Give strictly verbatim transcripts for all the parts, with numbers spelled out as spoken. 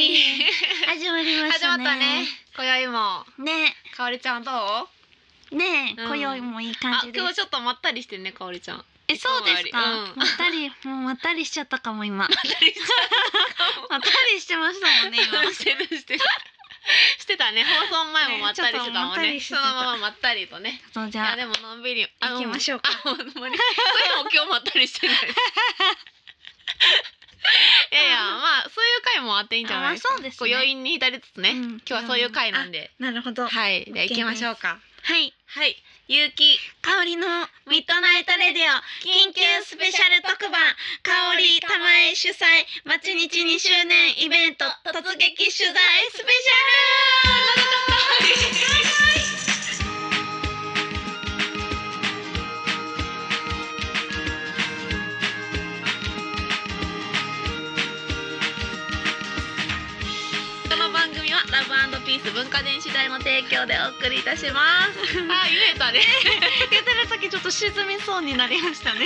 始まりまし始たね。 まったね。今宵もね、 かおりちゃんどう？ ね、 うん今宵もいい感あ、 じです。 今日ちょっとまったりしてんね、かおりちゃん。 え、そうですか。 うんまったり、もうまったりしちゃったかも今。 まったりしちゃったかも。 まったりしてましたもんね今。 してるしてる。してたね。放送前もまったりしてたもんね。 ねちょっとまったりしてたそのまままったりとね。 そうじゃあいやでものんびり行きましょうか。 あ、ほんまに。それも今日まったりしてない。いやいや、まあそういう回もあっていいんじゃないですか。 あまあそうですねこう余韻に浸りつつね。 うん今日はそういう回なんで。 なるほど。 はい、では行きましょうか。 はい。 はい、ゆうき香りのミッドナイトレディオ緊急スペシャル特番、香りたまえ主催まちにちにしゅうねんイベント突撃取材スペシャこの番組はラブ&ピース文化電子台の提供でお送りいたします。あ、言えたね。 ル。言ってる時ちょっと沈みそうになりましたね。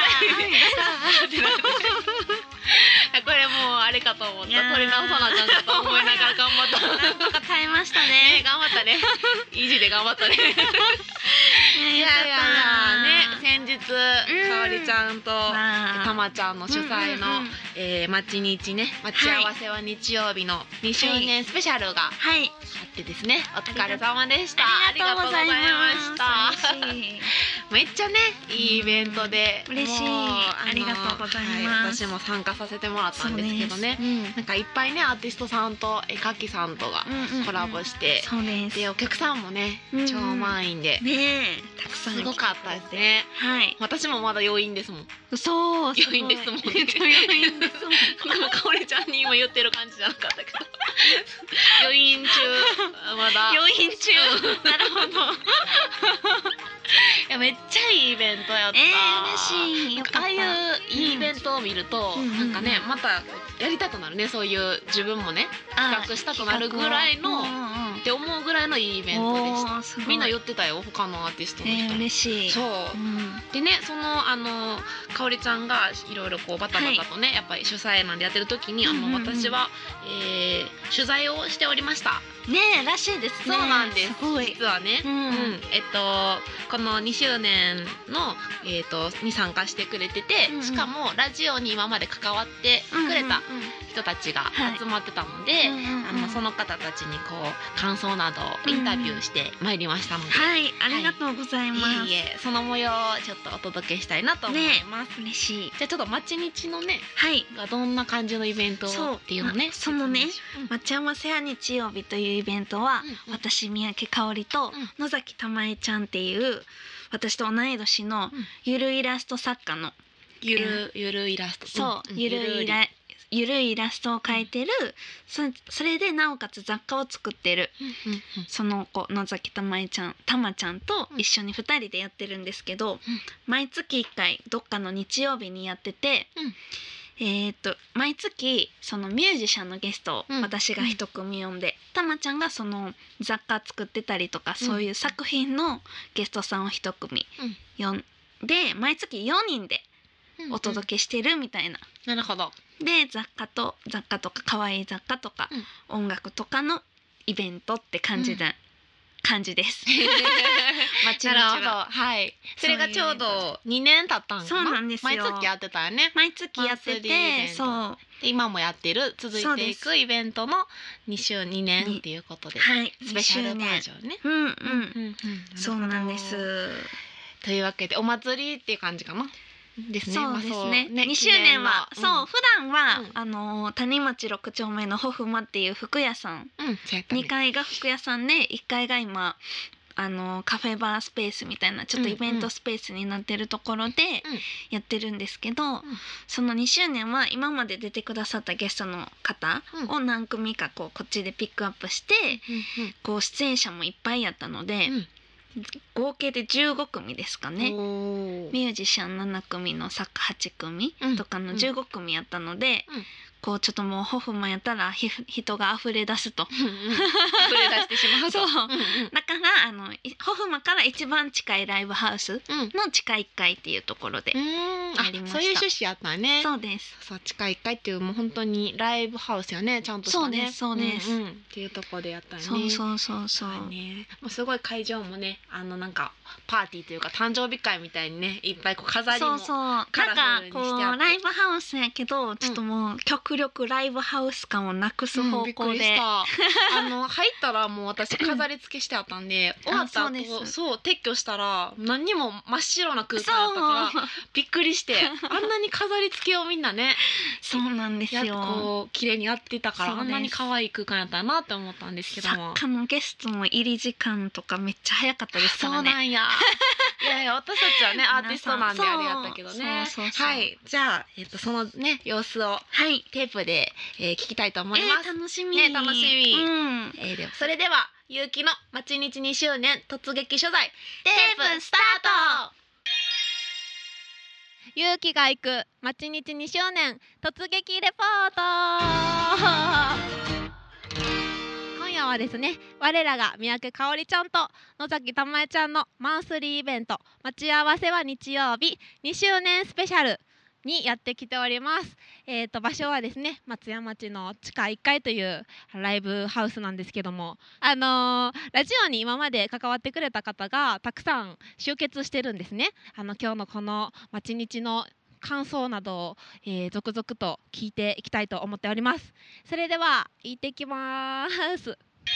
これもうあれかと思っいやーた。取り直さなあかんかと思いながら頑張った。 なんとか耐えましたね、 ね。 頑張ったね。意地で頑張ったね。いいやいやね、先日うんかおりちゃんとまあたまちゃんの主催の、 うんうんうんえー、待ち日ね、待ち合わせは日曜日のにしゅうねんスペシャルがあはい。 ってですね、お疲れ様でした。 ありがとうございます。 ありがとうございました。めっちゃね、いいイベントで、 嬉しいもうありがとうございますはい、私も参加させてもらったんですけどね、 うんなんかいっぱいねアーティストさんと絵描きさんとがコラボして、 そうです。 でお客さんもねうんうん超満員で、 ねえ、たくさんすごかったですね。 はい。 私もまだ余韻ですもん。 そう。 余韻ですもん。 余韻ですもん。 でもかおりちゃんに今言ってる感じじゃなかったけど余韻中まだ余韻中。なるほど。 いやめっちゃいいイベントやった。 えー、嬉しい。よかった。 ああいういいイベントを見ると、 うんなんかねまたやりたくなるね。そういう自分もね企画したくなるぐらいの、って思うぐらいのいいイベントでした。みんな言ってたよ、他のアーティストの人も。 えー、嬉しい。 そう、 うんでね、そのあのかおりちゃんがいろいろこうバタバタとね、はい、やっぱり主催なんでやってる時に、あの、うんうんうん、私は、えー、取材をしておりました。 ねえ、らしいですね。 そうなんです。 すごい実はね、 うんうん、えっとこのにしゅうねんのえっとに参加してくれてて、うんうん、しかもラジオに今まで関わってくれた人たちが集まってたので、はい、あのその方たちにこう感想などをインタビューしてまいりましたので、 はい、ありがとうございます。 はい、いえいえ、その模様をちょっとお届けしたいなと思います。 ね、嬉しい。 じゃあちょっと待ち日のね、 はい、 がどんな感じのイベントっていうのね、 そのね、うん、待ち合わせは日曜日というイベントは、うんうん、私三宅香織と野崎たまえちゃんっていう私と同い年のゆるイラスト作家の、 ゆるゆるイラスト、 そう、ゆるイラゆるいイラストを描いてる、そ, それでなおかつ雑貨を作ってる、 うんうんうん、 その子野崎たまえちゃんたまちゃんと一緒にふたりでやってるんですけど、うん、毎月いっかいどっかの日曜日にやってて、うん、えー、っと毎月そのミュージシャンのゲストを私が一組呼んで、うん、たまちゃんがその雑貨作ってたりとか、うん、そういう作品のゲストさんを一組呼んで、毎月よにんでお届けしてるみたいな、 うんうん、なるほど。 で雑貨と雑貨とか可愛い雑貨とか、うん、音楽とかのイベントって感じで、うん、感じです。 待ち日は、はい。それがちょうどにねん経ったんかな。 そうなんですよ。 毎月やってたよね。 毎月やってて、そう。 で今もやってる続いていくイベントのに週にねんっていうことで、 はい、 スペシャルバージョンね。 うんうんうん、そうなんです。 というわけでお祭りっていう感じかな。ですね、 そうですね。まあ、ねにしゅうねんは、うん、そう普段は、うん、あの谷町ろく丁目のホフマっていう服屋さん、 うんね、 にかいが服屋さんでいっかいが今あのカフェバースペースみたいなちょっとイベントスペースになってるところでやってるんですけど、うん、そのにしゅうねんは今まで出てくださったゲストの方を何組かこうこっちでピックアップして、うん、こう出演者もいっぱいやったので、うん、合計でじゅうごくみですかね。ミュージシャンななくみの作家はちくみとかのじゅうごくみやったので、うんうん、こうちょっともうホフマンやったら人が溢れ出すと溢れ出してしまうとそう、うんうん、だからあのホフマンから一番近いライブハウスの地下いっかいっていうところでやりました。 そういう趣旨やったね。 そうです。 そう地下いっかいっていうもう本当にライブハウスよね、ちゃんとしたね。 そうですそうです、 うんうん、っていうところでやったよね。 そうそうそうそう。 ね、もうすごい会場もね、あのなんかパーティーというか誕生日会みたいにね、いっぱいこう飾りもそうそうなんかカラフルにこうしてあって、 ライブハウスやけどちょっともう極力ライブハウス感をなくす方向で、 うん、びっくりした。あの入ったらもう私飾り付けしてあったんで終わった後そうそう撤去したら何にも真っ白な空間だったからびっくりしてあんなに飾り付けをみんなねそうなんですよ、 やこう綺麗にやってたからあんなに可愛い空間やったなって思ったんですけども、 作家のゲストも入り時間とかめっちゃ早かったですからね。 そうなんやいやいや私たちはねアーティストなんであれやったけどね。 そうそうそう、 はい、じゃあ、えっと、そのね様子をテープで、えー、聞きたいと思います。 えー、楽しみね、楽しみ、 うん、 えー、ではそれではゆうきのまちにちにしゅうねん突撃取材テープスタート。 ゆうきが行くまちにちにしゅうねん突撃レポート。今夜はですね、我らが三宅かおりちゃんと野崎たまえちゃんのマンスリーイベント待ち合わせは日曜日にしゅうねんスペシャルにやってきております。えーと場所はですね、松屋町の地下いっかいというライブハウスなんですけども、あのー、ラジオに今まで関わってくれた方がたくさん集結してるんですね。あの今日のこの町日の感想などを、えー、続々と聞いていきたいと思っております。それでは行ってきます。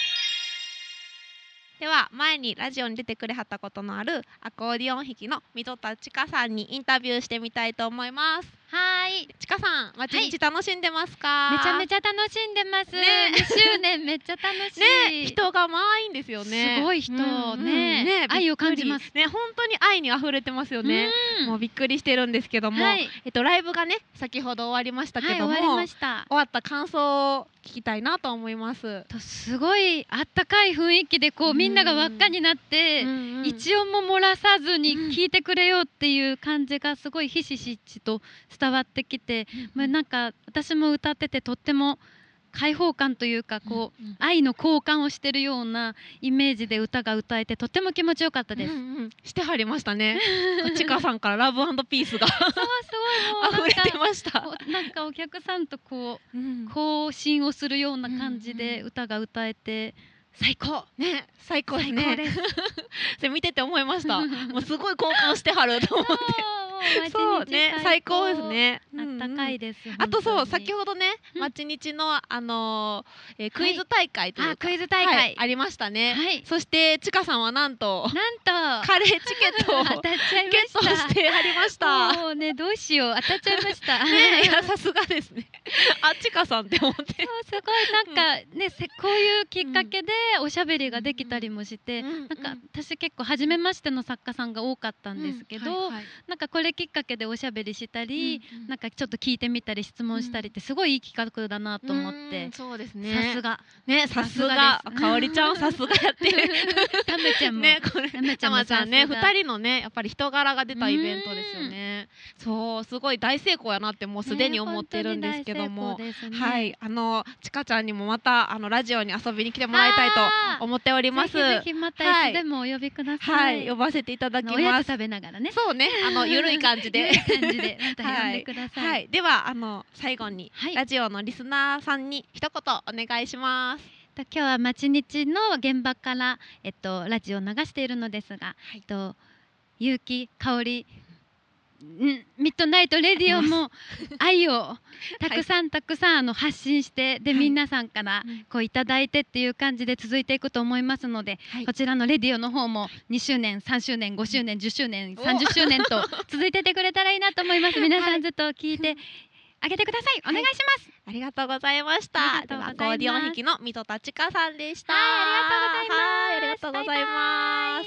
では前にラジオに出てくれはったことのあるアコーディオン弾きの溝田千佳さんにインタビューしてみたいと思います。 はい、 千佳さん、町日楽しんでますか？ はい、めちゃめちゃ楽しんでます。ね、にしゅうねんめっちゃ楽しい。 ね、人が満員ですよね。 すごい人、うん、ね、ね、愛を感じます。 ね、本当に愛に溢れてますよね。うん、もうびっくりしてるんですけども、はい、えっとライブがね先ほど終わりましたけども、はい、 終わりました。 終わった感想を聞きたいなと思います。 とすごいあったかい雰囲気でこうみんなが輪っかになって、うんうん、一音も漏らさずに聞いてくれようっていう感じがすごいひしひしと伝わってきて、うんうん、まあ、なんか私も歌っててとっても開放感というかこう、うんうん、愛の交換をしてるようなイメージで歌が歌えてとっても気持ちよかったです。うんうん、 してはりましたね。ちかさんからラブ&ピースがそうすごい溢れてました。 なんかお客さんとこう、うん、交信をするような感じで歌が歌えて最高ね、最高ですね。 最高です。 それ見てて思いました。もうすごい交換してはると思って。 そうね、最高ですね。 あったかいです。 あとそう先ほどね、まち日のあのクイズ大会というかクイズ大会ありましたね。そしてちかさんはなんとなんとカレーチケットをゲットしてはりました。 もうねどうしよう当たっちゃいました。 ね、いやさすがですね。あ、ちかさんって思って。そうすごいなんかねこういうきっかけでおしゃべりができたりもして、なんか私結構初めましての作家さんが多かったんですけど、なんかこれきっかけでおしゃべりしたり、うんうん、なんかちょっと聞いてみたり質問したりってすごいいい企画だなと思って、 うん、そうですね。 さすがね、さすがかおりちゃんさすがやってる。 ためちゃんもね、これためちゃんもちゃんね、二人のねやっぱり人柄が出たイベントですよね。そうすごい大成功やなってもうすでに思ってるんですけども、ね、はい、あのちかちゃんにもまたあのラジオに遊びに来てもらいたいと思っております。 ぜひぜひまたいつでもお呼びください。 はい、呼ばせていただきます。おやつ食べながらね。 そうね、あのゆるい感じで。 感じでまた呼んでください。 はいはい、ではあの最後に、はい、ラジオのリスナーさんに一言お願いします。 今日は町日の現場から、えっと、ラジオを流しているのですが、はい、えっと、ゆうきかおりミッドナイトレディオも愛をたくさんたくさんあの発信してで、はい、皆さんからこういただいてっていう感じで続いていくと思いますので、はい、こちらのレディオの方もにしゅうねんさんしゅうねんごしゅうねんじゅっしゅうねんさんじゅっしゅうねんと続いててくれたらいいなと思います。皆さんずっと聞いてあげてください。お願いします。 はい、ありがとうございました。ではアコーディオン弾きの溝田千佳さんでした。 はい、 ありがとうございます。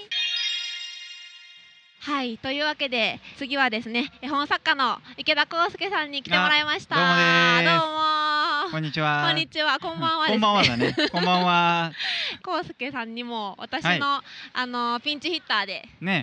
はい、というわけで次はですね、絵本作家の池田康介さんに来てもらいました。 どうもです。 どうも。 こんにちは。 こんにちは。こんばんはですね。 こんばんはだね。こんばんは。 康介さんにも私の、はい、あのピンチヒッターで。 ね。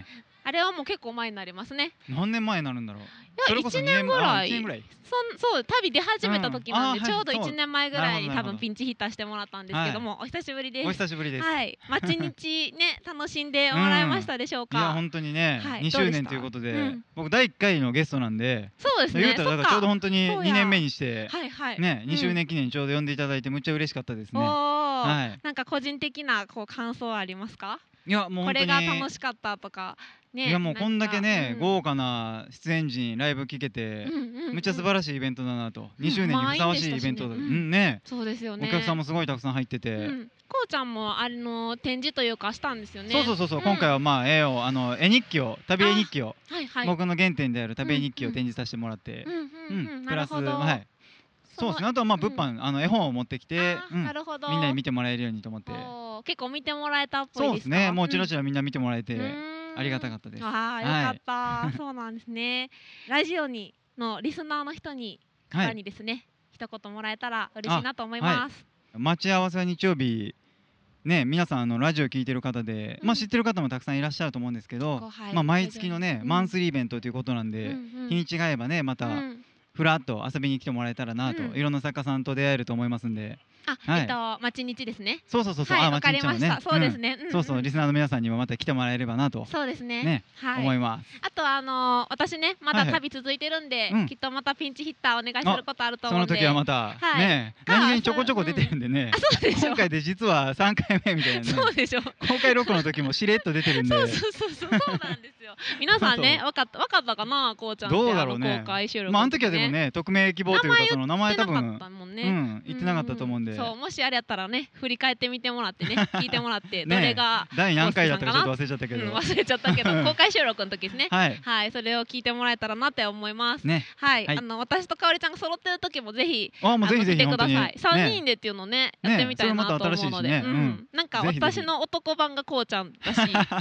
あれはもう結構前になりますね。 何年前になるんだろう。 いやいちねんぐらい。 いちねんぐらい。 そんそう旅出始めた時なんで、 うん、 ちょうどいちねんまえぐらいにそう多分ピンチヒッターしてもらったんですけども、はい、お久しぶりです。 お久しぶりです。 はい、待ち日ね楽しんでもらえましたでしょうか。 うん、いや本当にね、はい、にしゅうねんということで、うん、僕だいいっかいのゲストなんで、 そうですね。 言うたらだからちょうど本当ににねんめにして、 はいはい、 ねにしゅうねん記念ちょうど呼んでいただいてむっちゃ嬉しかったですね。 はい、なんか個人的なこう感想はありますか？ いやもうこれが楽しかったとか。 ね、いやもうこんだけね、うん、豪華な出演陣ライブ聴けて、うんうんうん、むっちゃ素晴らしいイベントだなと、うん、にしゅうねんにふさわしいイベントだ、ね、うんね、 そうですよね。 お客さんもすごいたくさん入ってて、うん、 こうちゃんもあの展示というかしたんですよね。 そうそうそうそう、うん、今回はまあ絵をあの絵日記を旅絵日記を、はいはい、僕の原点である旅絵日記を展示させてもらって、プラスはい。そうですね。あとはまあ物販、うん、あの絵本を持ってきて、うん、なるほどみんなに見てもらえるようにと思って。 結構見てもらえたっぽいですか？ そうですね。もうちらちらみんな見てもらえて、ありがたかったです。 ああ、よかった、はい、そうなんですね。ラジオにのリスナーの人に方にですね、はい、一言もらえたら嬉しいなと思います。 はい、待ち合わせは日曜日。ね、皆さんあのラジオ聞いてる方で、うん、まあ知ってる方もたくさんいらっしゃると思うんですけど、まあ毎月のね、うん、マンスリーイベントということなんで、うんうん、日にちが合えばねまた、うんふらっと遊びに来てもらえたらなと、うん、いろんな作家さんと出会えると思いますんで。 あ、はい、えっと待ち日ですね。 そうそうそうそう、 はい、 あ、 わかりました。そうですね。 そうそう、リスナーの皆さんにもまた来てもらえればなと。 そうですね。 ね、はい、思います。 あとあの私ね、まだ旅続いてるんで、きっとまたピンチヒッターお願いすることあると思うんで。 その時はまたね、何気にちょこちょこ出てるんでね。 あ、そうでしょ。 今回で実はさんかいめみたいなね。 そうでしょ。 公開録音の時もしれっと出てるんで。 そうそうそうそう、そうなんですよ。皆さんね、わかったわかったかな、こうちゃん。 どうだろうね。 公開収録。 まああの時はでもね、匿名希望というかその名前多分。うん、言ってなかったと思うんで。 そう、もしあれやったらね、振り返ってみてもらってね、聞いてもらってどれが第何回だったかちょっと忘れちゃったけど、 忘れちゃったけど公開収録の時ですね。はい、それを聞いてもらえたらなって思います。はい、あの私とかおりちゃんが揃ってる時もぜひ来てください。三人でっていうのねやってみたいなと思うので、なんか私の男版がこうちゃんだし、なんか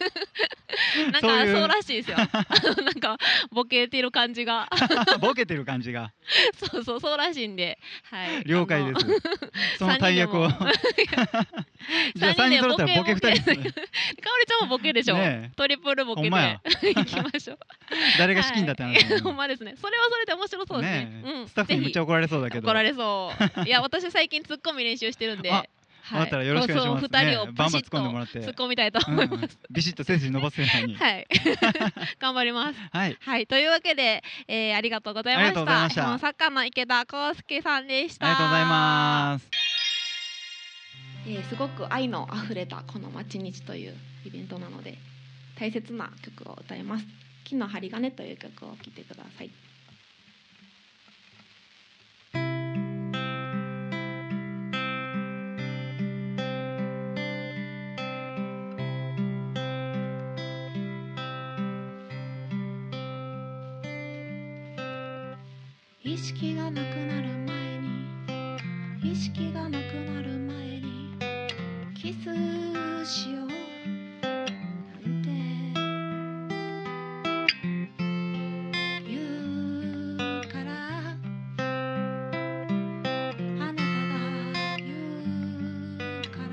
そうらしいですよ。なんかボケてる感じが、 ボケてる感じが、 そうそうそうらしいんで、はい。 了解です。その大役を。じゃあさんにん揃ったらボケふたり。かおりちゃんもボケでしょ。トリプルボケでいきましょう。 誰が資金だって話。 ほんまですね。それはそれで面白そうですね。 スタッフにめっちゃ怒られそうだけど。 怒られそう。いや私最近ツッコミ練習してるんで。 だったらよろしくお願いします。 二人をバンバン突っ込んでもらって。 突っ込みたいと思います。 ビシッと背筋伸ばすように。 はい。頑張ります。 はい。 はい。というわけで、えー、ありがとうございました。ありがとうございました。作家の池田康介さんでした。 ありがとうございます。 えー、すごく愛のあふれたこの待ち日というイベントなので、大切な曲を歌います。木の針金という曲を聴いてください。意識がなくなる前に、意識がなくなる前にキスしようなんて言うから、あなたが言うから、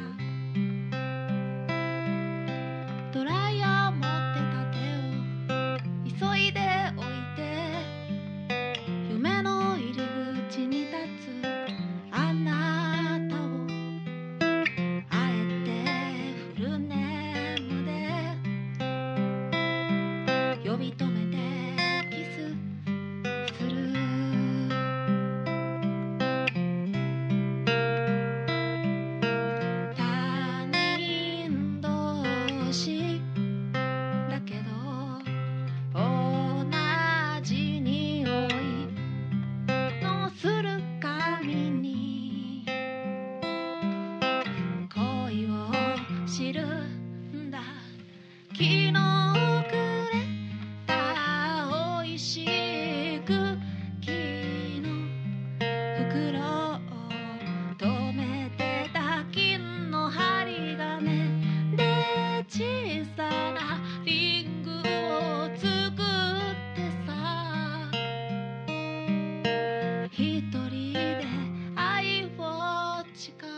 ドライヤー持ってた手を急いで置いて、夢の入り口に立つあなたをあえてフルネームで呼び止めてキスする。他人同士だけど同じ匂いのする髪に恋を知るんだ。昨日くれた美味しく木の袋を止めてた金の針金で小さなリングを作ってさ、一人で愛を誓う。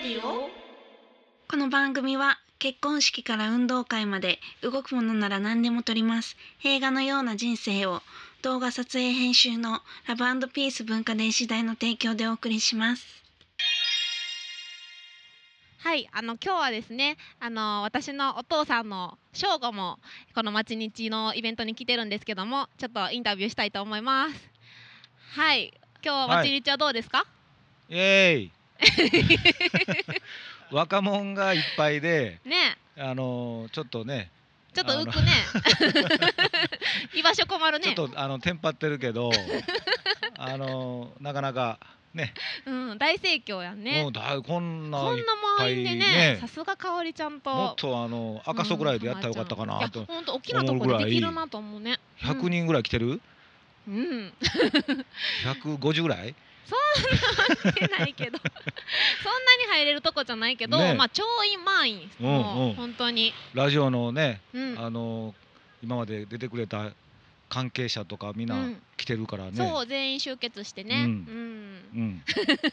レディオ。この番組は結婚式から運動会まで動くものなら何でも撮ります。映画のような人生を動画撮影編集のラブ&ピース文化電子台の提供でお送りします。 はい、あの今日はですね、あの私のお父さんの翔吾もこの町日のイベントに来てるんですけども、ちょっとインタビューしたいと思います。はい、今日町日はどうですか？はい、イエーイ若者がいっぱいで、 ね、 あのちょっとね、 ちょっと浮くね居場所困るね。 ちょっとあのテンパってるけどあのなかなかね、 うん、大盛況やんね。 もうだこんなこんな満員でね、さすがかおりちゃんともっとあの赤楚ぐらいでやったらよかったかなと、 うん、本当大きなところでできるなと思うね。 ひゃくにんぐらい来てる？ うん。 ひゃくごじゅうぐらい？ そんな来てないけどそんなに入れるとこじゃないけど、ね、まあ超満員、うんうん、もう本当にラジオのね、 うん、 あの今まで出てくれた関係者とかみんな来てるからね、うん、 そう全員集結してね、うんうんうん、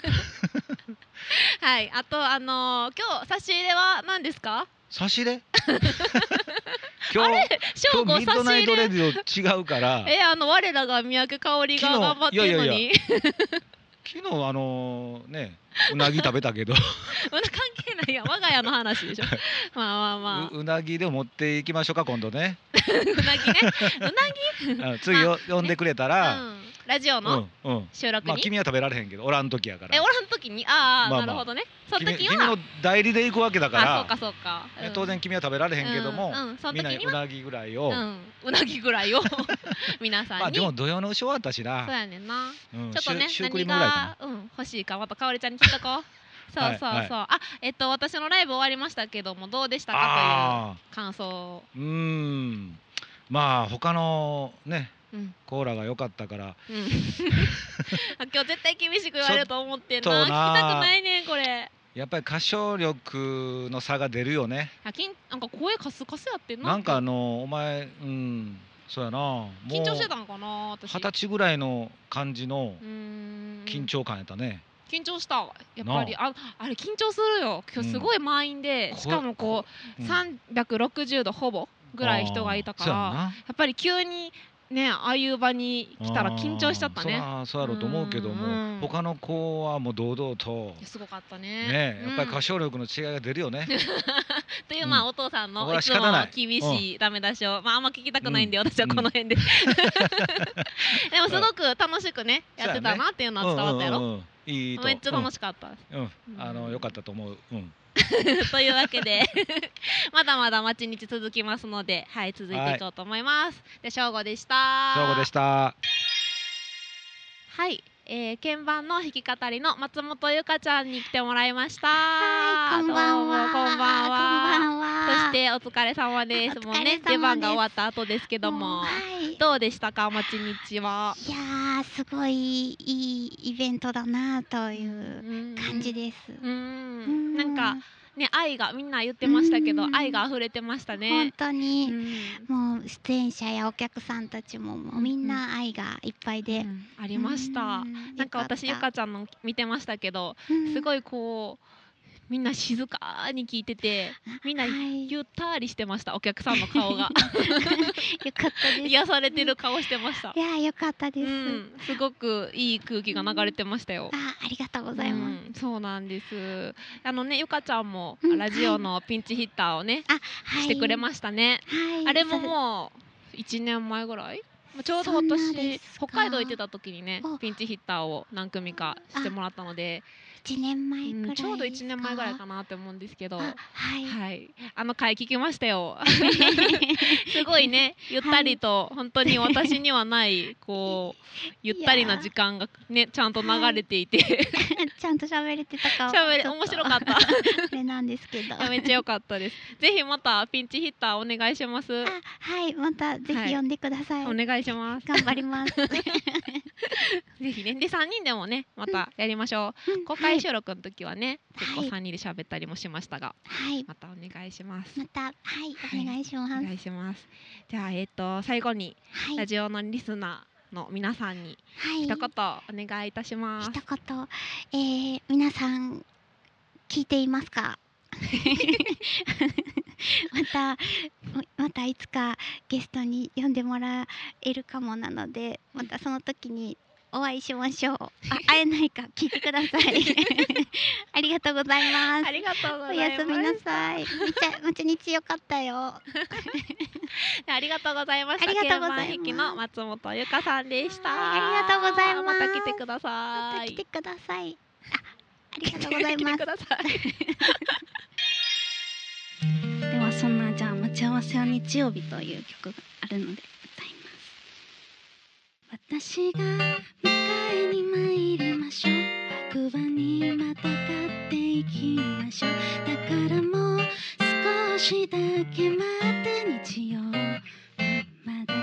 はい、あとあのー、今日差し入れは何ですか？ 差し入れ今日今日ミッドナイトレディオ違うからえあの我らが三宅香織が頑張ってるのにいやいやいや昨日あのー、ねうなぎ食べたけど関係ないや我が家の話でしょまあまあまあう, うなぎで持っていきましょうか今度ねうなぎねうなぎ次よ、まあ、呼んでくれたら、 うん、ラジオの収録に、 まあ、君は食べられへんけどおらん時やからえおらん時にああ、まあまあ、なるほどねその時は君, 君の代理で行くわけだからあそうかそうか、 うん、当然君は食べられへんけども、 うんうん、そのみんなうなぎぐらいを、 うん、うなぎぐらいを皆さんに、まあ、 でも土曜の後終わったしなそうやねんな、 うん、 ちょっとねシュークリームぐらいかな、うん、欲しいかまたかおりちゃんに聞いとこうそうそうそう、はいはい、あえっと私のライブ終わりましたけどもどうでしたかという感想。 うーんまあ他のね、 うん、 コーラが良かったから、うん、今日絶対厳しく言われると思ってんな聞きたくないねんこれ。 やっぱり歌唱力の差が出るよね。 なんか声カスカスやってんな。 なんかあのお前うんそうやなもう緊張してたのかな私。 二十歳ぐらいの感じの緊張感やったね。 緊張したやっぱり あ, あれ緊張するよ今日すごい満員で、うん、しかもこう、うん、さんびゃくろくじゅうどほぼぐらい人がいたからやっぱり急にねああいう場に来たら緊張しちゃったね。 そそうやろうと思うけども、うん、他の子はもう堂々とすごかったね。 ねやっぱり歌唱力の違いが出るよね。 というまあお父さんのいつも厳しいダメ出しをまああんま聞きたくないんで、うん、私はこの辺で、うん、でもすごく楽しくねやってたなっていうのは伝わったやろ。うんうんうんうんいいめっちゃ楽しかった。 うん、うん、あの良かったと思う。うん。 というわけでまだまだ町日続きますので、はい続いていこうと思います。はい、で正午でした。 正午でした。 はい、えー、鍵盤の弾き語りの松本ゆかちゃんに来てもらいました。 はい、こんばんは。 こんばんは。そしてお疲れ様です。もうね出番が終わった後ですけども、はい、どうでしたか町日は。 いやーすごいいいイベントだなという感じです。 うんうんなんかね愛がみんな言ってましたけど愛が溢れてましたね。 本当に、うん、もう出演者やお客さんたちももうみんな愛がいっぱいで、うん、 ありました。なんか私ゆかちゃんの見てましたけど、すごいこうみんな静かに聞いててみんなゆったりしてました、はい、お客さんの顔がよかったです癒されてる顔してました。 いやよかったです、うん、すごくいい空気が流れてましたよ。 あありがとうございます、 うん、そうなんです。あのねゆかちゃんもラジオのピンチヒッターをね、はい、してくれましたね、はい、あれももういちねんまえぐらいちょうど私北海道行ってた時にねピンチヒッターを何組かしてもらったのでいちねんまえくらい、うん、 ちょうどいちねんまえぐらいかなって思うんですけど、 はい、 はい、あの回聞きましたよすごいねゆったりと、はい、本当に私にはないこうゆったりな時間がねちゃんと流れていて、はい、 ちゃんと喋れてたか喋れ面白かったあれなんですけどめっちゃ良かったです。ぜひまたピンチヒッターお願いします。あはいまたぜひ呼んでください、 はい、お願いします。 頑張りますぜひねでさんにんでもねまたやりましょう、うん、公開収録の時はね、はい、結構さんにんで喋ったりもしましたが、はい、またお願いします。 またはいお願いします、 はい、お願いします。じゃあえっ、ー、と最後に、はい、ラジオのリスナーの皆さんに一言お願いいたします。 一言、えー、皆さん聞いていますか？またまたいつかゲストに呼んでもらえるかもなので、またその時にお会いしましょう。あ、会えないか聞いてください。ありがとうございます。 ありがとうございます。 おやすみなさい。めっちゃめっちゃ日よかったよ。 ありがとうございました。 ありがとうございます。 鍵盤の松本ゆかさんでした。 ありがとうございます。 また来てください。 また来てください。あ、ありがとうございます。 来てください。 ではそんなじゃあ待ち合わせは日曜日という曲があるので歌います。私が迎えに参りましょう、白馬にまたがっていきましょう、だからもう少しだけ待って日曜日まで、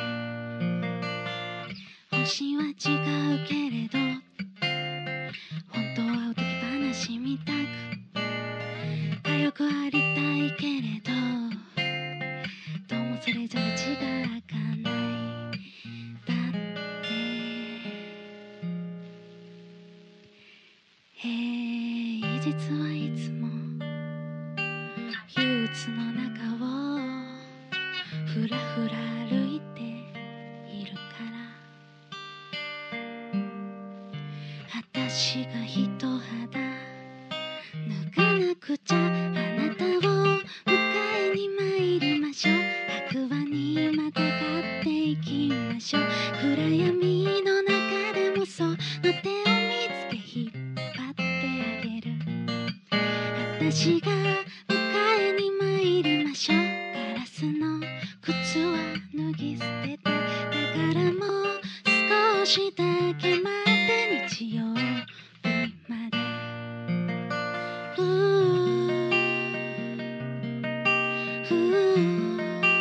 星は違うけれど本当はおとぎ話みたくかよくありたいけれど、どうもそれじゃ違かない。だって平日はいつも憂鬱の中をふらふら歩いているから、私が一肌脱がなくちゃ、あなたを迎えに参りましょう、白馬にまたがっていきましょう、暗闇の中でもその手を見つけ引っ張ってあげる、私が迎えに参りましょう、ガラスの靴は脱ぎ捨てて、だからもう少しだけ待って日曜日まで、ふうふう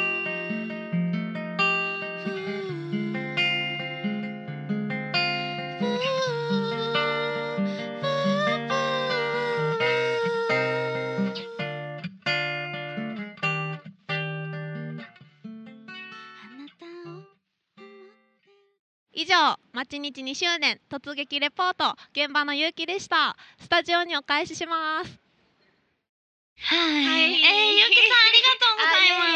以上、まち日にしゅうねん突撃レポート現場のゆうきでした。スタジオにお返しします。 はい、 はい、 えー、ゆきさんありがとうございます。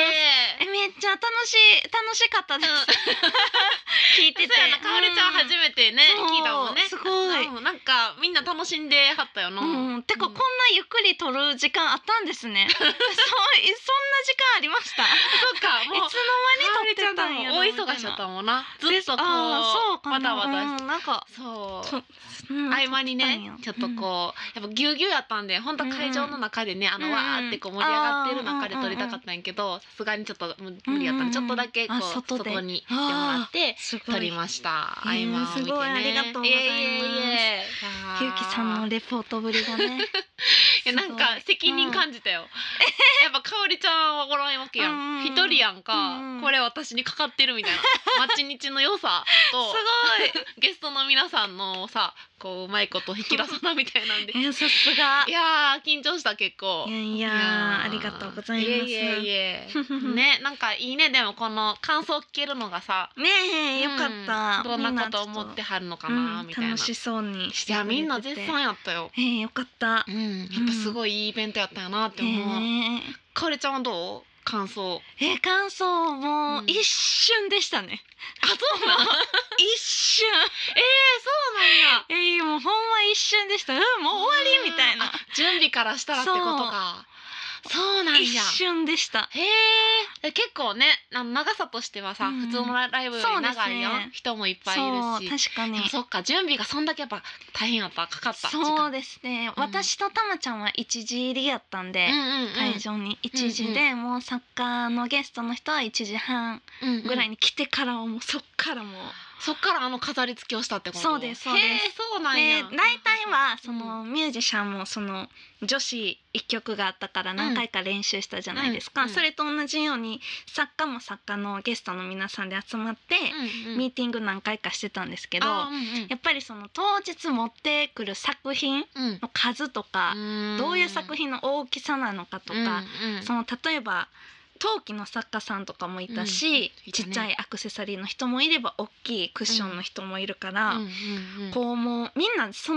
あ、 えめっちゃ楽しい楽しかったです。聞いてて、 そうやな、かおりちゃん初めてね、 うん聞いたもんね。 すごい。 うん、なんかみんな楽しんではったよな。 うん、てか、 うん、 こんなゆっくり撮る時間あったんですね。そう、そんな時間ありました。 そうか、もういつの間に撮ってたんやろ大忙しだったもんな。ずっとこう、 そうかな、 わたわたして、 うん、なんかそう。 うん、 合間にね、ちょっとこう、やっぱぎゅうぎゅうやったんで、本当会場の中でね、あの、わーってこう盛り上がってる中で撮りたかったんやけど、さすがにちょっと無理やったんで、ちょっとだけこう外に来てもらって撮りました。合間を見てね。 ありがとうございます。ゆうきさんのレポートぶりがね。 いや、なんか責任感じたよ。やっぱかおりちゃんはおらんわけやん。一人やんか。これ私にかかってるみたいな。まち日の良さと。すごい。ゲストの皆さんのさ、こううまいこと引き出さなみたいなんで。 いや、さすが。 いや緊張した結構。 いやいや、ありがとうございます。 いえいえ。ね、なんかいいね、でもこの感想聞けるのがさ。 ねえ、よかった。 どんなこと思ってはるのかなみたいな。 楽しそうにして。 いや、みんな絶賛やったよ。 ええ、よかった。 うん、やっぱすごいいいイベントやったよなって思う。かおりちゃんはどう？感想。 えー、感想も一瞬でしたね。 あ、そうなの？ 一瞬。 えー、そうなんや。 えー、もうほんま一瞬でした。うん、もう終わりみたいな。 準備からしたらってことか。そうなんや。 一瞬でした。 へえ。結構ね、あの長さとしてはさ、普通のライブより長いよ。人もいっぱいいるし。 確かに。 そっか、準備がそんだけやっぱ大変やった、かかった。 そうですね。私とたまちゃんは一時入りやったんで、会場に一時で、もう作家のゲストの人は一時半ぐらいに来てからはもうそっからもう。 そっからあの飾り付けをしたってこと？ そうですそうです。 そうなんや。 で、大体はそのミュージシャンもその女子一曲があったから何回か練習したじゃないですか。それと同じように作家も作家のゲストの皆さんで集まってミーティング何回かしてたんですけど、やっぱりその当日持ってくる作品の数とか、どういう作品の大きさなのかとか、その例えば陶器の作家さんとかもいたし、うん、ちっちゃいアクセサリーの人もいれば大きいクッションの人もいるから、うん、こうもうみんなその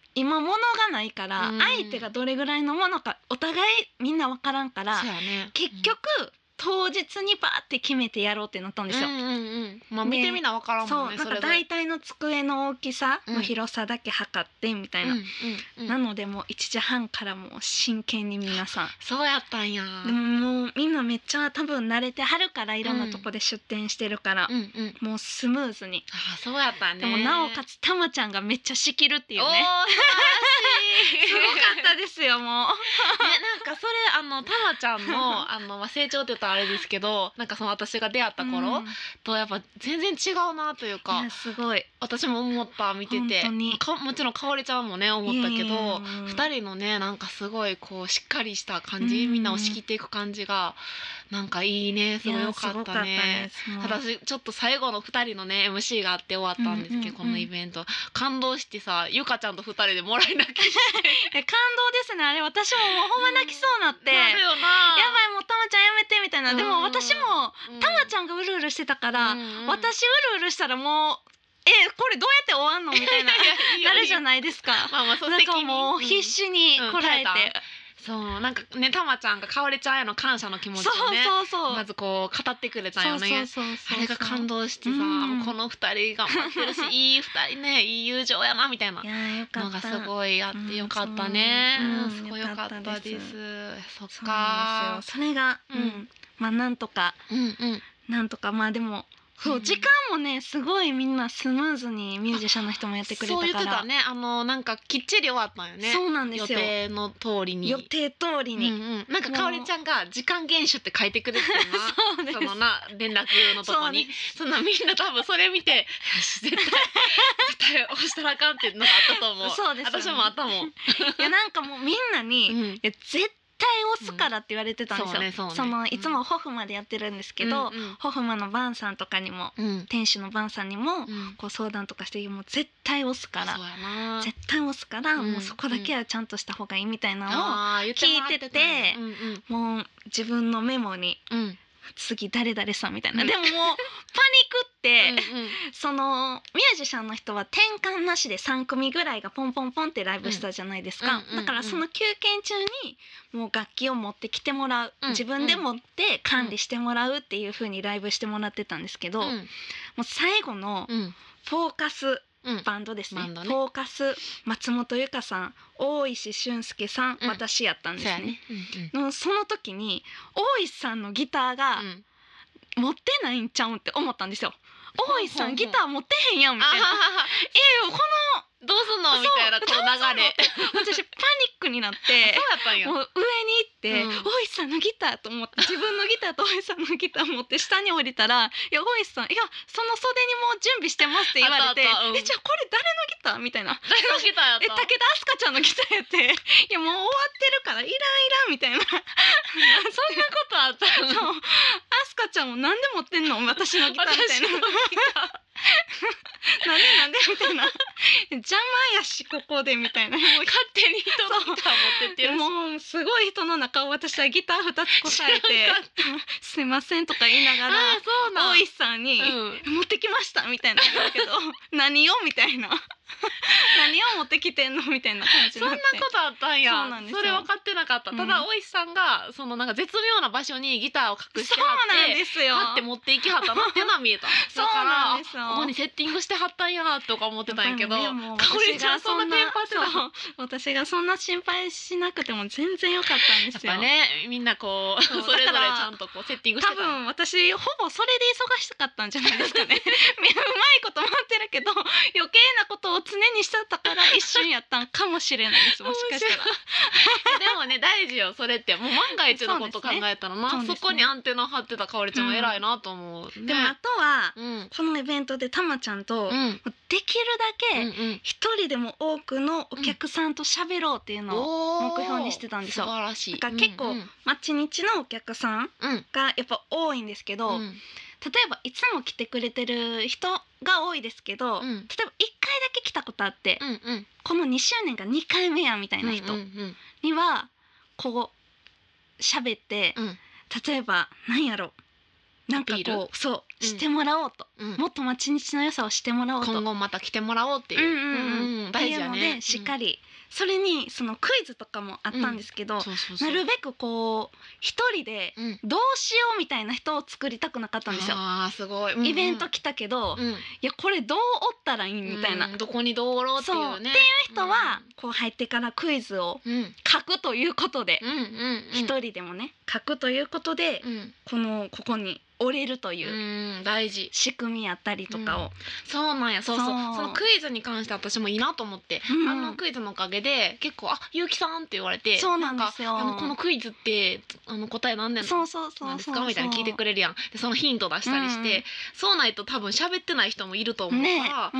今物がないから、相手がどれぐらいのものかお互いみんな分からんから、ね、結局、うん当日にバーって決めてやろうってなったんですよ。うんうんうん、 まあ見てみなわからんもんね。 そうなんか大体の机の大きさの広さだけ測ってみたいな。うんうんうん、なのでもういちじはんからもう真剣に皆さん。 そうやったんや。 でももうみんなめっちゃ多分慣れてはるからいろんなとこで出店してるから、うんうんうん、もうスムーズに。 あそうやったね。 でもなおかつたまちゃんがめっちゃ仕切るっていうね。おー素晴らしい。すごかったですよもう。ねなんかそれあのたまちゃんのあのまあ成長って言ったらあれですけどなんかその私が出会った頃とやっぱ全然違うなというか、 うん、すごい私も思った見ててかもちろんかおりちゃんもね思ったけどふたりのねなんかすごいこうしっかりした感じ、うん、みんなを仕切っていく感じがなんかいいねすごいよかったね。私ちょっと最後のふたりのね エムシー があって終わったんですけど、うんうんうん、このイベント感動してさゆかちゃんとふたりでもらい泣きして感動ですねあれ私ももうほんま泣きそうなって、うん、なるよなやばいもうたまちゃんやめてみたいな、うん、でも私もたまちゃんがうるうるしてたから、うんうん、私うるうるしたらもうえこれどうやって終わんのみたいななるじゃないですか。 まあまあそうなんかもう必死にこらえて、うんうんそうなんかねたまちゃんがかおりちゃんへの感謝の気持ちをねそうそうそうまずこう語ってくれたよね。あれが感動してさ、うん、このふたり頑張ってるしいいふたりねいい友情やなみたいなのがすごいあってよかったね、うん、すごいよかったです。そっかそれが、うん、まあなんとか、うんうん、なんとかまあでもそう時間もねすごいみんなスムーズにミュージシャンの人もやってくれたからそう言ってたねあのなんかきっちり終わったんよね。 そうなんですよ予定の通りに予定通りに、 うんうん、なんかかおりちゃんが時間厳守って書いてくれてるなそうですそのな連絡のとこに そ, そんなみんな多分それ見て絶対絶対押したらあかんっていうのがあったと思う。そうです、ね、私もあったもんいやなんかもうみんなに、うん、いや絶対絶対押すからって言われてたんですよ、うん そ, うねそ, うね、そのいつもホフマでやってるんですけど、うんうん、ホフマのバンさんとかにも、うん、店主のバンさんにも、うん、こう相談とかしてもう絶対押すから絶対押すから、うん、もうそこだけはちゃんとした方がいいみたいなのを聞いてて、うんうん、もう自分のメモに、うん次誰々さんみたいな、うん、でももうパニックってうん、うん、そのミュージシャンの人は転換なしでさん組ぐらいがポンポンポンってライブしたじゃないですか、うん、だからその休憩中にもう楽器を持ってきてもらう、うん、自分で持って管理してもらうっていう風にライブしてもらってたんですけど、うん、もう最後のフォーカスバンドですね、うん、ねフォーカス松本由香さん大石俊介さん、うん、私やったんですね、ねうんうん、その時に大石さんのギターが持ってないんちゃうんって思ったんですよ、うん、大石さんギター持ってへんやんみたいなええよこのどうすんのみたいなこう流れ私パニックになってそうやったんやもう上に行って、うん、大石さんのギターと思って自分のギターと大石さんのギター持って下に降りたらいや大石さんいやその袖にもう準備してますって言われてあったあった、うん、えじゃあこれ誰のギターみたいな誰のギターやったえ武田明日香ちゃんのギターやっていやもう終わってるからいらんいらんみたいなそんなことあったのそう明日香ちゃんもなんで持ってんの私のギターみたいななんでなんでみたいな邪魔やしここでみたいな勝手に人のギター持ってってるしもうすごい人の中を私はギターふたつこさえてすいませんとか言いながら大石さんに、うん、持ってきましたみたいなだけど何をみたいな何を持ってきてんのみたいな感じになってそんなことあったんや そうなんですよそれ分かってなかった、うん、ただ大石さんがそのなんか絶妙な場所にギターを隠してはってそうなんですよパッて持っていきはったなっていうのは見えたそうなんですよここにセッティングしてはったんやとか思ってたんやけどかおりちゃんそんなテンパってた私がそんな心配しなくても全然良かったんですよやっぱねみんなこう そ, それぞれちゃんとこうセッティングしてた多分私ほぼそれで忙しかったんじゃないですかねうまいこと待ってるけど余計なことを常にしちゃったから一瞬やったんかもしれないですもしかしたらでもね大事よそれってもう万が一のこと考えたらな そ,、ね そ, ね、そこにアンテナ張ってたかおりちゃんは偉いなと思う、 うんね、でもあとは、うん、このイベントでたまちゃんと、うん、できるだけ一人でも多くのお客さんと喋ろうっていうのを目標にしてたんですよ、 素晴らしい。 だから結構待ち日のお客さんがやっぱ多いんですけど、うん、例えばいつも来てくれてる人が多いですけど、うん、例えばいっかいだけ来たことあって、うんうん、このにしゅうねんがにかいめやみたいな人にはこう喋って、うん、例えば何やろなんかこうそう、うん、してもらおうと、うん、もっと待ち日の良さをしてもらおうと今後また来てもらおうっていう、うんうんうん、 っていうのでしっかり、それにそのクイズとかもあったんですけど、なるべくこう一人でどうしようみたいな人を作りたくなかったんですよ。 あーすごい。 イベント来たけど、いやこれどうおったらいいみたいな、 どこにどうおろうっていうね。 そうっていう人はこう入ってからクイズを書くということで、一人でもね書くということで、このここに折れるという大事仕組みやったりとかを、うん、 そうなんや。そうそう、そのクイズに関して私もいいなと思って、うん、あのクイズのおかげで結構あゆうきさんって言われて、 そうなんですよ。 あのこのクイズってあの答え何年なんですかみたいな聞いてくれるやん。でそのヒント出したりして、うん、そうないと多分喋ってない人もいると思うから、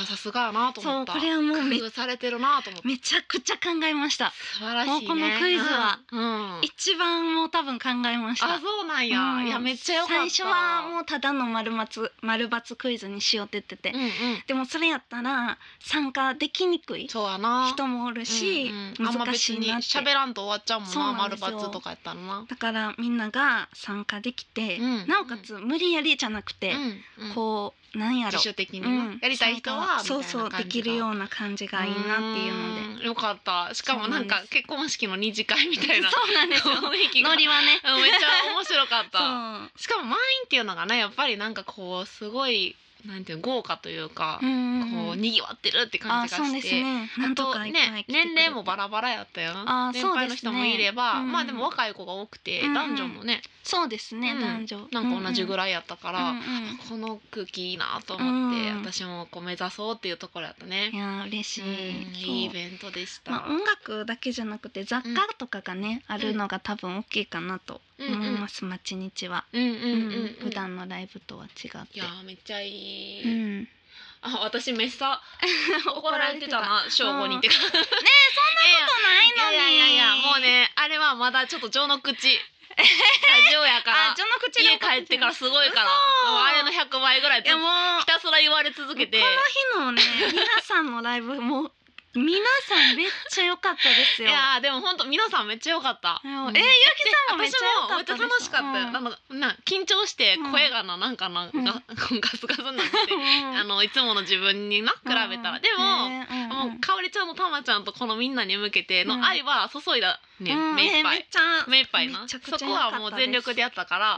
さすがやなと思った。 そうこれはもう工夫されてるなと思ってめちゃくちゃ考えました。 素晴らしいね。もうこのクイズは、 うん、 一番もう多分考えました。 あそうなんや、うん、いやめっちゃよかった。 最初はもうただの丸×丸×クイズにしようって言ってて、うんうん、でもそれやったら参加できにくい人もおるし、うんうん、難しいなって。 喋らんと終わっちゃうもんな、丸×とかやったらな。 だからみんなが参加できて、うん、なおかつ無理やりじゃなくて、うんうん、こうなんやろ自主的に、ねうん、やりたい人はそうそうできるような感じがいいなっていうのでよかった。しかもなんか結婚式の二次会みたいなそうなんですよ雰囲気がノリはねめっちゃ面白かったしかも満員っていうのがねやっぱりなんかこうすごいなんていう豪華というか、うんうん、こう賑わってるって感じがして、あ、そうですね、あとね年齢もバラバラやったよ。年配の人もいれば、うん、まあでも若い子が多くて、うん、男女もね、 そうですね、 うん、 男女なんか同じぐらいやったから、 うんうん、 この空気いいなと思って、うん、私もこう目指そうっていうところやったね。 いや嬉しい、うん、 いいイベントでした。 まあ、音楽だけじゃなくて雑貨とかがね、うん、あるのが多分大きいかなと思います、うんうん、町日は、うんうんうんうん、普段のライブとは違って。 いやめっちゃいい、 うんあ、私めっさ怒られてたな正午にってかねえそんなことないのに。 いやいやいやもうねあれはまだちょっと序の口ラジオやから序の口家帰ってからすごいからあれのひゃくばいぐらいひたすら言われ続けて、 この日のね皆さんのライブもう皆さんめっちゃ良かったですよ。 いやでも本当皆さんめっちゃ良かった。 えー、ゆうきさんもめっちゃ良かったです。 私もめっちゃ楽しかったよ。うん、なんかな緊張して声がな、うん、なんかな、うん、ガスガスになって、うん、あのいつもの自分にな比べたら、うん、でも、えー、もうかおりちゃんのたまちゃんとこのみんなに向けての愛は注いだね、うん、目いっぱい、えー、目いっぱいな。そこはもう全力でやったから、うん、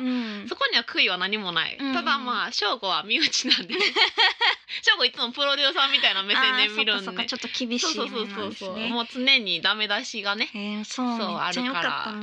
そこには悔いは何もない。うん、ただまあ翔吾は身内なんで翔吾いつもプロデューサーみたいな目線で見るんで、 ちょっと厳しい。 そうそうそうそう、もう常にダメ出しがね、 えー、そうそうあるから、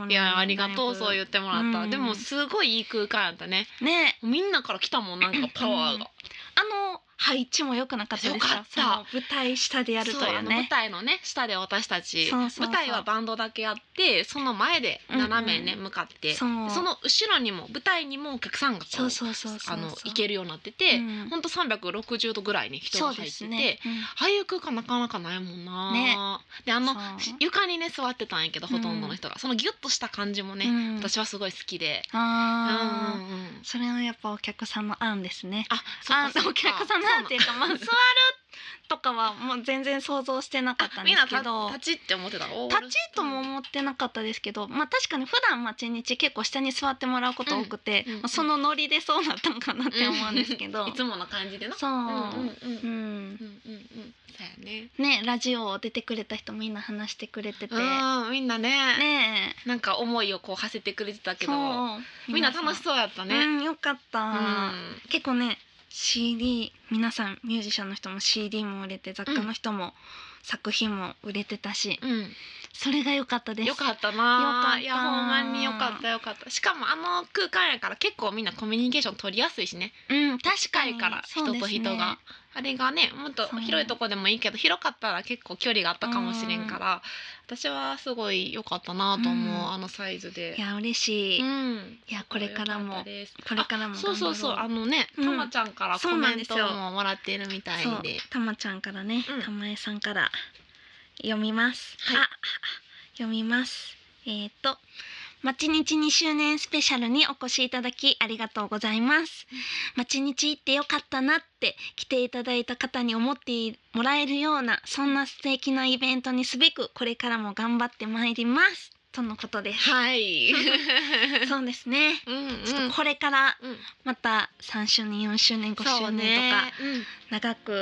いやありがとうそう言ってもらった、うん、でもすごいいい空間やったね。 ね、 みんなから来たもんなんかパワーが、うん、あの配置も良くなかったですか。 よかった。 舞台下でやるというね。 舞台のね下で私たち舞台はバンドだけやってその前で斜めね、うんうん、向かってその後ろにも舞台にもお客さんがこうあの行けるようになってて、うん、ほんとさんびゃくろくじゅうどぐらいに人が入ってて、ね、うん、ああいう空間なかなかないもんな、ね、であの床にね座ってたんやけどほとんどの人が、うん、そのギュッとした感じもね、うん、私はすごい好きで、 あ、うんうんうん、それはやっぱお客さんの案ですね。 あ、そうかそうか、 お客さんの案っていうかまあ座るとかはもう全然想像してなかったんですけど、 立ちって思ってた。 立ちとも思ってなかったですけど、まあ確かに普段町日結構下に座ってもらうこと多くて、うんうんうん、そのノリでそうなったのかなって思うんですけど、 うん、いつもの感じでな。 そう、うんうんうんうん、 そうやね。 ね、ラジオ出てくれた人みんな話してくれてて、 うん、みんなね、 ね、 なんか思いをこう馳せてくれてたけど、みんな楽しそうやったね。 うん、よかった、うん、結構ね シーディー 皆さんミュージシャンの人も シーディー も売れて雑貨の人も作品も売れてたし、うん、それが良かったです。 よかったな。いやほんまによかったよかった。しかもあの空間やから結構みんなコミュニケーション取りやすいしね。 うん、確かに。 近いから人と人が、ね、あれがねもっと広いとこでもいいけど広かったら結構距離があったかもしれんから、私はすごい良かったなと思う、うん、あのサイズで。 いや嬉しい、うん、いやこれからもこれからもそうそうそう、あのね、たまちゃんからコメントももらっているみたいで、 たまちゃんからね、たまえさんから読みます、はい、あ読みます。えっと町日にしゅうねんスペシャルにお越しいただきありがとうございます。町日行ってよかったなって来ていただいた方に思ってもらえるようなそんな素敵なイベントにすべくこれからも頑張ってまいりますとのことです。 はい。 そうですね。うんうん、ちょっとこれからまたさんしゅうねんよんしゅうねんごしゅうねんとか長く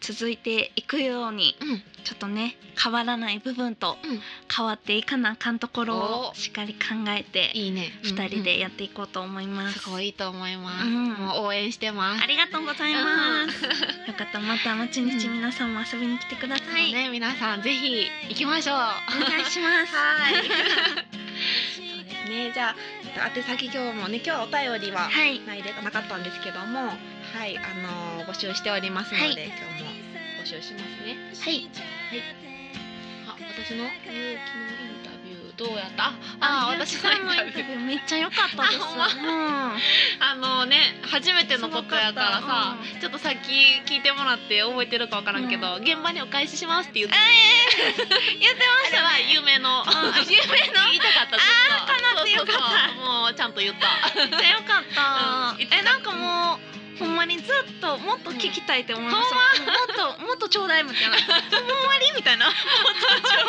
続いていくように、うん、ちょっとね変わらない部分と変わっていかなあかんところをしっかり考えて、いいね、ふたりでやっていこうと思います。 すごいいいと思います、うん、もう応援してます。 ありがとうございます、うん、よかったらまたまちにち皆さんも遊びに来てください、 うん、ね、皆さんぜひ行きましょう。お願いしますはいそうですね。じゃあ宛先今日もね、今日お便りはないでなかったんですけども、はい、あのー、募集しておりますので、はい、今日も募集しますね。 はい。はい。 あ、私のゆうきのインタビューどうやった？あ、あ、私のインタビューめっちゃ良かったです。 あ、あのね、初めてのことやからさ、うん、ちょっとさっき聞いてもらって覚えてるかわからんけど、うん、現場にお返ししますって言って、 えー、言ってましたね。 あれは夢の、 うん、夢の言いたかった。あー、かなってよかった。 もうちゃんと言った。 めっちゃ良かった。うん、え、なんかもう。ほんまにずっともっと聞きたいって思いました、うん、もっともっとちょうだいみたいなほんまにみたいなもっとちょう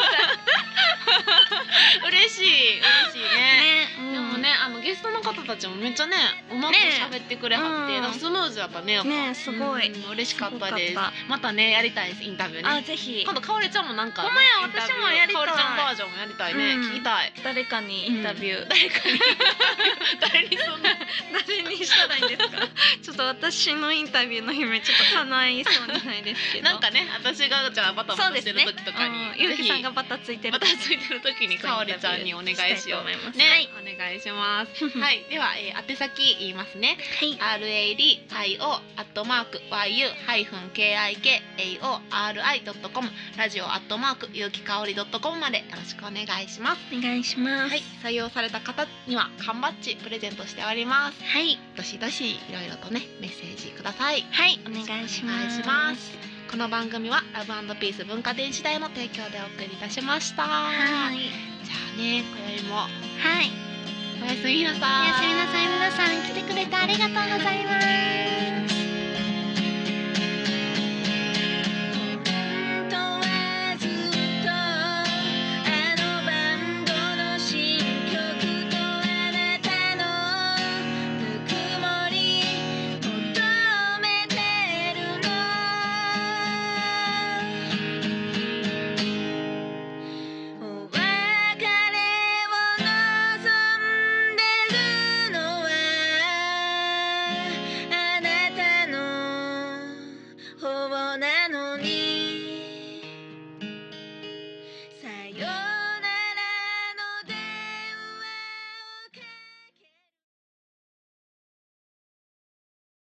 だい嬉しい嬉しいね、ね、でもね、あのゲストの方たちもめっちゃねうまく喋ってくれはって、ね、スムーズだったね、やっぱね、すごい、 うん、嬉しかったです。またねやりたいです、インタビューね。 あ、ぜひ今度かおりちゃんもなんか、 ほんまや、私もやりたい、 かおりちゃんバージョンもやりたいね、うん、聞きたい。 誰かにインタビュー、 うん、誰かに誰にそんな誰にしたらいいんですかちょっと私のインタビューの夢ちょっと叶いそうにないですけどなんかね、私がじゃあバタバタしてる時とかに、 ね、うん、ゆうきさんがバタついてるバタついてる時にかおりちゃんにお願いしようね、はい、お願いしますはい、では、えー、宛先言いますね、はい、ラディオ アットマーク ワイユー ハイフン ケーアイケーエーオーアールアイ ドットコム ラジオアットマークゆうきかおり ドットコム までよろしくお願いします。 お願いします。 はい、採用された方には缶バッジプレゼントしております。 はい、 どしどしいろいろとねメッセージください。 はい、お願いします。 この番組はラブ&ピース文化電子台の提供でお送りいたしました。 はい。 じゃあね、今宵も、 はい、 おやすみなさい。 おやすみなさい。皆さん来てくれてありがとうございます。